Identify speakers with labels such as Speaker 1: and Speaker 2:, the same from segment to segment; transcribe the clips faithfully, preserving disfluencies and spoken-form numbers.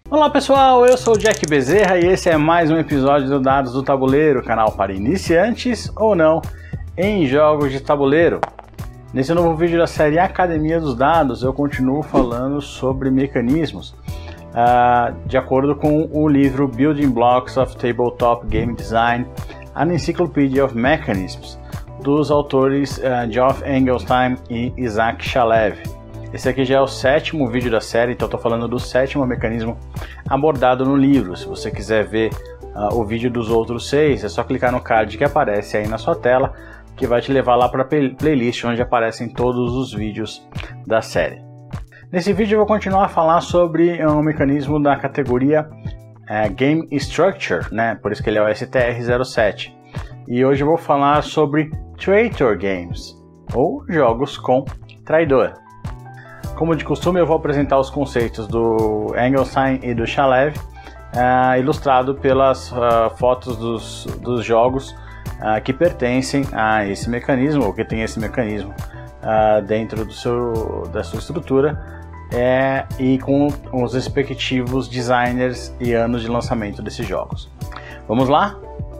Speaker 1: Olá pessoal, eu sou o Jack Bezerra e esse é mais um episódio do Dados do Tabuleiro, canal para iniciantes ou não em jogos de tabuleiro. Nesse novo vídeo da série Academia dos Dados eu continuo falando sobre mecanismos uh, de acordo com o livro Building Blocks of Tabletop Game Design, An Encyclopedia of Mechanisms, dos autores uh, Geoff Engelstein e Isaac Shalev. Esse aqui já é o sétimo vídeo da série, então estou falando do sétimo mecanismo abordado no livro. Se você quiser ver uh, o vídeo dos outros seis, é só clicar no card que aparece aí na sua tela, que vai te levar lá para a play playlist onde aparecem todos os vídeos da série. Nesse vídeo eu vou continuar a falar sobre um mecanismo da categoria uh, Game Structure, né? Por isso que ele é o S T R zero sete. E hoje eu vou falar sobre Traitor Games, ou jogos com traidor. Como de costume, eu vou apresentar os conceitos do Engelstein e do Shalev, uh, ilustrado pelas uh, fotos dos, dos jogos uh, que pertencem a esse mecanismo, ou que tem esse mecanismo uh, dentro do seu, da sua estrutura, é, e com os respectivos designers e anos de lançamento desses jogos. Vamos lá?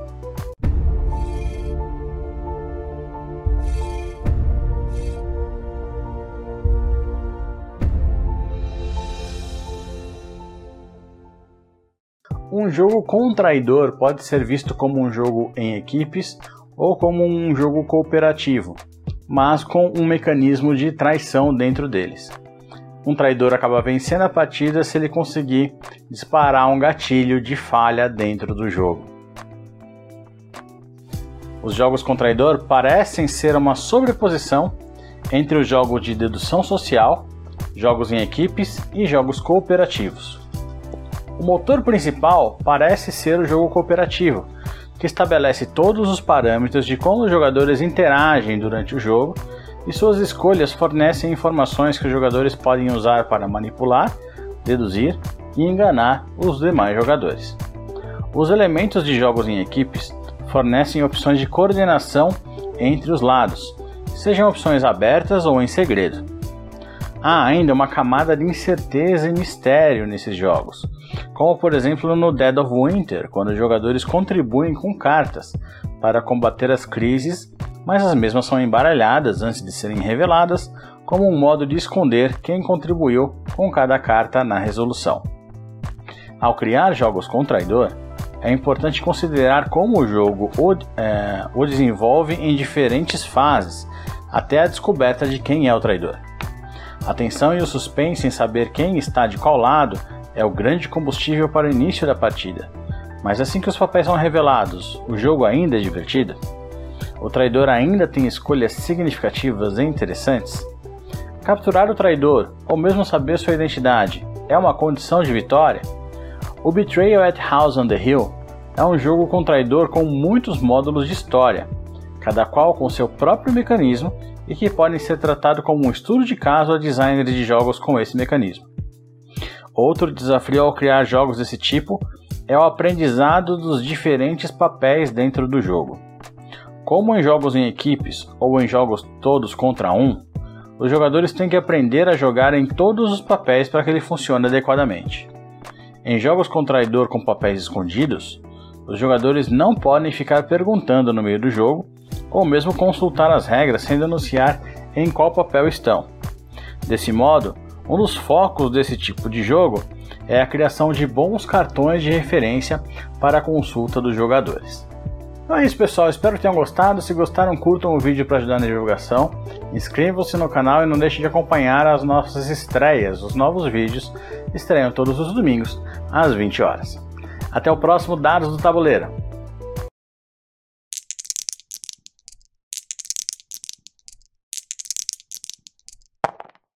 Speaker 1: Um jogo com traidor pode ser visto como um jogo em equipes ou como um jogo cooperativo, mas com um mecanismo de traição dentro deles. Um traidor acaba vencendo a partida se ele conseguir disparar um gatilho de falha dentro do jogo. Os jogos com traidor parecem ser uma sobreposição entre os jogos de dedução social, jogos em equipes e jogos cooperativos. O motor principal parece ser o jogo cooperativo, que estabelece todos os parâmetros de como os jogadores interagem durante o jogo e suas escolhas fornecem informações que os jogadores podem usar para manipular, deduzir e enganar os demais jogadores. Os elementos de jogos em equipes fornecem opções de coordenação entre os lados, sejam opções abertas ou em segredo. Há ainda uma camada de incerteza e mistério nesses jogos, como por exemplo no Dead of Winter, quando os jogadores contribuem com cartas para combater as crises, mas as mesmas são embaralhadas antes de serem reveladas como um modo de esconder quem contribuiu com cada carta na resolução. Ao criar jogos com traidor, é importante considerar como o jogo o, é, o desenvolve em diferentes fases, até a descoberta de quem é o traidor. A tensão e o suspense em saber quem está de qual lado é o grande combustível para o início da partida. Mas assim que os papéis são revelados, o jogo ainda é divertido? O traidor ainda tem escolhas significativas e interessantes? Capturar o traidor, ou mesmo saber sua identidade, é uma condição de vitória? O Betrayal at House on the Hill é um jogo com traidor com muitos módulos de história, cada qual com seu próprio mecanismo e que podem ser tratados como um estudo de caso a designers de jogos com esse mecanismo. Outro desafio ao criar jogos desse tipo é o aprendizado dos diferentes papéis dentro do jogo. Como em jogos em equipes ou em jogos todos contra um, os jogadores têm que aprender a jogar em todos os papéis para que ele funcione adequadamente. Em jogos com traidor com papéis escondidos, os jogadores não podem ficar perguntando no meio do jogo ou mesmo consultar as regras sem denunciar em qual papel estão. Desse modo, um dos focos desse tipo de jogo é a criação de bons cartões de referência para a consulta dos jogadores. Então é isso pessoal, espero que tenham gostado. Se gostaram, curtam o vídeo para ajudar na divulgação, inscrevam-se no canal e não deixem de acompanhar as nossas estreias. Os novos vídeos estreiam todos os domingos às vinte horas. Até o próximo Dados do Tabuleiro.